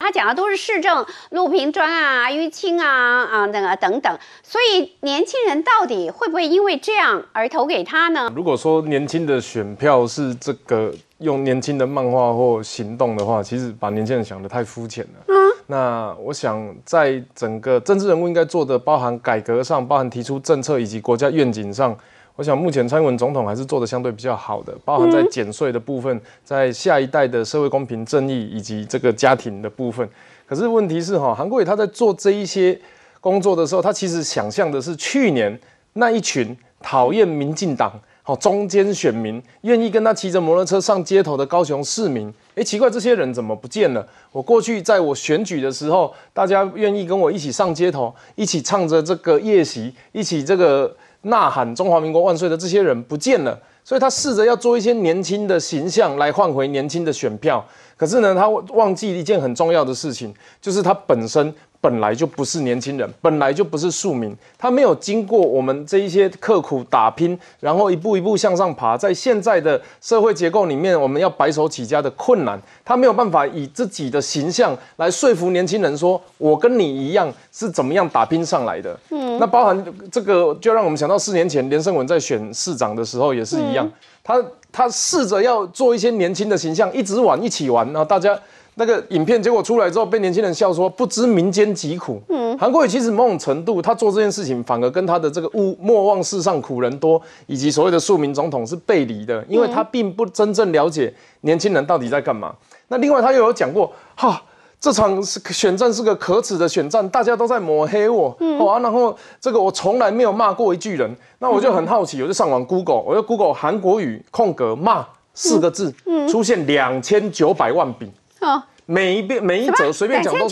他讲的都是市政、路平专啊、淤青啊那个等等。所以年轻人到底会不会因为这样而投给他呢？ 如果说年轻的选票是这个用年轻的漫画或行动的话，其实把年轻人想得太肤浅了。那我想，在整个政治人物应该做的，包含改革上，包含提出政策以及国家愿景上，我想目前蔡英文总统还是做的相对比较好的，包含在减税的部分，在下一代的社会公平正义以及这个家庭的部分。可是问题是韩国瑜他在做这一些工作的时候，他其实想象的是去年那一群讨厌民进党。中间选民愿意跟他骑着摩托车上街头的高雄市民，奇怪，这些人怎么不见了？我过去在我选举的时候，大家愿意跟我一起上街头，一起唱着这个夜袭，一起这个呐喊中华民国万岁的这些人不见了。所以他试着要做一些年轻的形象来换回年轻的选票，可是呢，他忘记一件很重要的事情，就是他本来就不是年轻人，本来就不是庶民，他没有经过我们这一些刻苦打拼，然后一步一步向上爬，在现在的社会结构里面，我们要白手起家的困难，他没有办法以自己的形象来说服年轻人说，我跟你一样是怎么样打拼上来的。那包含这个，就让我们想到4年前连胜文在选市长的时候也是一样，他试着要做一些年轻的形象，一直玩，一起玩，然后大家。那个影片结果出来之后，被年轻人笑说不知民间疾苦。韩国瑜其实某种程度，他做这件事情反而跟他的这个莫忘世上苦人多，以及所谓的庶民总统是背离的，因为他并不真正了解年轻人到底在干嘛。那另外他又有讲过，这场选战是个可耻的选战，大家都在抹黑我，然后这个我从来没有骂过一句人。那我就很好奇，我就上网 Google， 我就 Google 韩国瑜空格骂4个字，出现2900万笔。每一则随便讲都是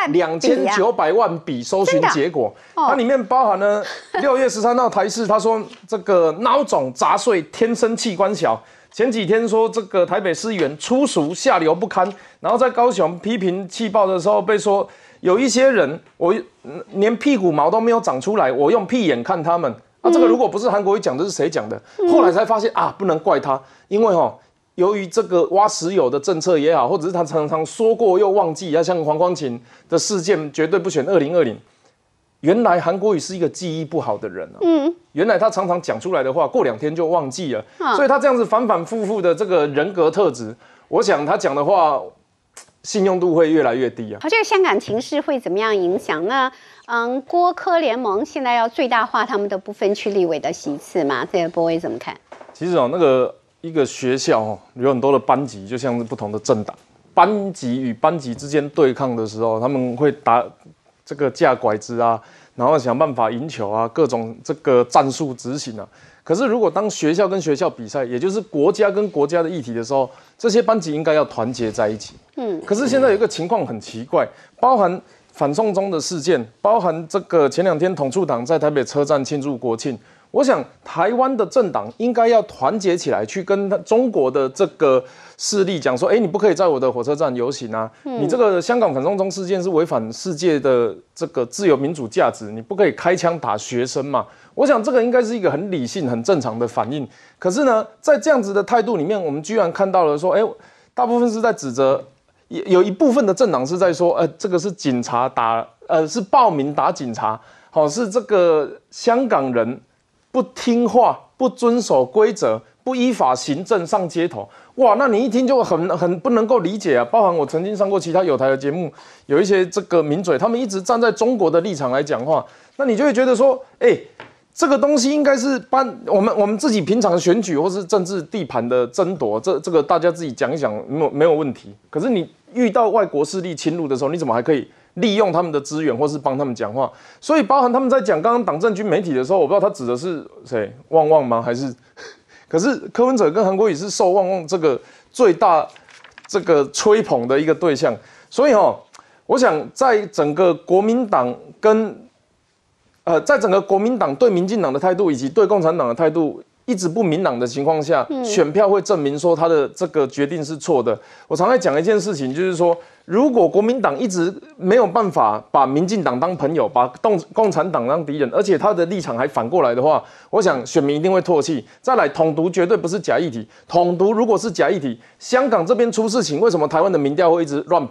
2900万笔搜寻结果，它里面包含了6月13号台视他说这个孬种杂碎天生器官小，前几天说这个台北市议员粗俗下流不堪，然后在高雄批评气爆的时候被说有一些人我连屁股毛都没有长出来，我用屁眼看他们。这个如果不是韩国瑜讲的，是谁讲的？后来才发现不能怪他，因为由于这个挖石油的政策也好，或者是他常常说过又忘记，像黄光芹的事件绝对不选2020。原来韩国瑜是一个记忆不好的人原来他常常讲出来的话，过2天就忘记了，所以他这样子反反复复的这个人格特质，我想他讲的话信用度会越来越低好，这个香港情势会怎么样影响呢？郭柯联盟现在要最大化他们的不分区立委的席次嘛？这个波威怎么看？ 其实那个。一个学校有很多的班级，就像是不同的政党，班级与班级之间对抗的时候，他们会打这个架拐子啊，然后想办法赢球啊，各种这个战术执行啊。可是如果当学校跟学校比赛，也就是国家跟国家的议题的时候，这些班级应该要团结在一起。可是现在有一个情况很奇怪，包含反送中的事件，包含这个前2天统促党在台北车站庆祝国庆。我想台湾的政党应该要团结起来，去跟中国的这个势力讲说，你不可以在我的火车站游行啊！你这个香港反送中事件是违反世界的这个自由民主价值，你不可以开枪打学生嘛！我想这个应该是一个很理性、很正常的反应。可是呢，在这样子的态度里面，我们居然看到了说，大部分是在指责，有一部分的政党是在说，这个是警察是暴民打警察，是这个香港人。不听话、不遵守规则、不依法行政上街头，哇，那你一听就很不能够理解啊！包含我曾经上过其他有台的节目，有一些这个名嘴，他们一直站在中国的立场来讲话，那你就会觉得说，这个东西应该是我们自己平常选举或是政治地盘的争夺，这个大家自己讲一讲没有问题。可是你遇到外国势力侵入的时候，你怎么还可以利用他们的资源，或是帮他们讲话？所以包含他们在讲刚刚党政军媒体的时候，我不知道他指的是谁，旺旺吗？还是？可是柯文哲跟韩国瑜是受旺旺这个最大这个吹捧的一个对象，所以我想在整个国民党在整个国民党对民进党的态度以及对共产党的态度一直不明朗的情况下，选票会证明说他的这个决定是错的。我常在讲一件事情，就是说，如果国民党一直没有办法把民进党当朋友，把共产党当敌人，而且他的立场还反过来的话，我想选民一定会唾弃。再来，统独绝对不是假议题。统独如果是假议题，香港这边出事情，为什么台湾的民调会一直乱跑？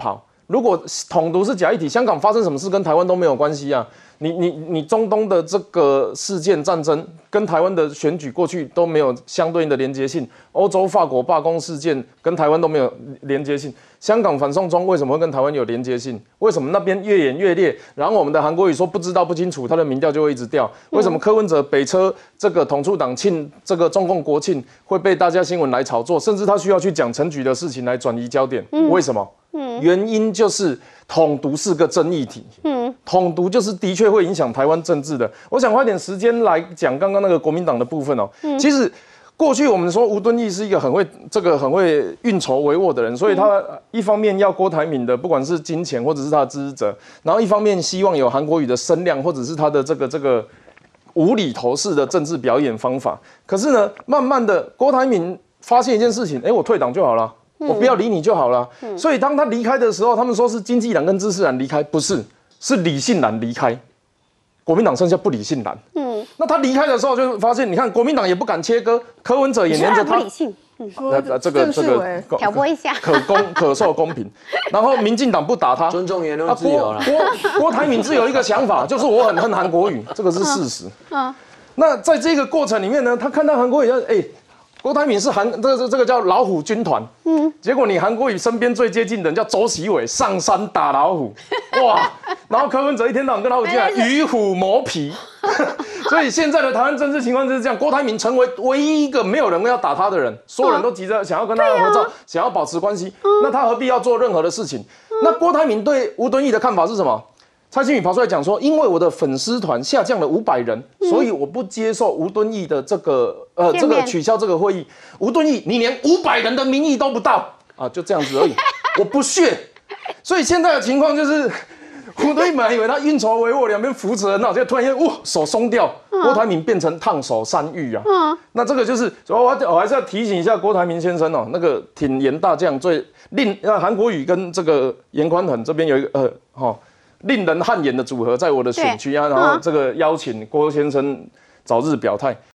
如果统独是假议题，香港发生什么事跟台湾都没有关系啊。你中东的这个事件战争跟台湾的选举过去都没有相对应的连结性，欧洲法国罢工事件跟台湾都没有连结性，香港反送中为什么会跟台湾有连结性？为什么那边越演越烈？然后我们的韩国瑜说不知道不清楚，他的民调就会一直掉。为什么柯文哲北车这个统促党庆这个中共国庆会被大家新闻来炒作，甚至他需要去讲陈菊的事情来转移焦点？为什么？原因就是统独是个争议题，统独就是的确会影响台湾政治的。我想花点时间来讲刚刚那个国民党的部分哦。其实过去我们说吴敦义是一个很会运筹帷幄的人，所以他一方面要郭台铭的不管是金钱或者是他的支持者，然后一方面希望有韩国瑜的声量或者是他的这个无厘头式的政治表演方法。可是呢，慢慢的郭台铭发现一件事情，我退党就好了。我不要理你就好了。所以当他离开的时候，他们说是经济蓝跟知识蓝离开，不是，是理性蓝离开。国民党剩下不理性蓝。那他离开的时候就发现，你看国民党也不敢切割，柯文哲也黏着他。 不理性。 这个挑拨一下， 可受公平。然后民进党不打他， 尊重言论自由啦。 郭台铭只有一个想法，就是我很恨韩国瑜，这个是事实。那在这个过程里面呢，他看到韩国瑜郭台铭是这个叫老虎军团，结果你韩国瑜身边最接近的人叫周习伟，上山打老虎，哇！然后柯文哲一天到晚跟老虎进来与虎谋皮，所以现在的台湾政治情况就是这样，郭台铭成为唯一一个没有人要打他的人，所有人都急着想要跟他合照，想要保持关系，那他何必要做任何的事情？那郭台铭对吴敦义的看法是什么？蔡清宇跑出来讲说，因为我的粉丝团下降了500人，所以我不接受吴敦义的这个取消这个会议。吴敦义，你连500人的民意都不到啊，就这样子而已，我不屑。所以现在的情况就是，吴敦义本来以为他运筹帷幄，两边扶持很好，结果突然间手松掉，郭台铭变成烫手山芋啊。那这个就是，我还是要提醒一下郭台铭先生哦，那个挺严大将韩国瑜跟这个严宽恒这边有一个令人汗颜的组合，在我的选区啊，然后这个邀请郭先生早日表态。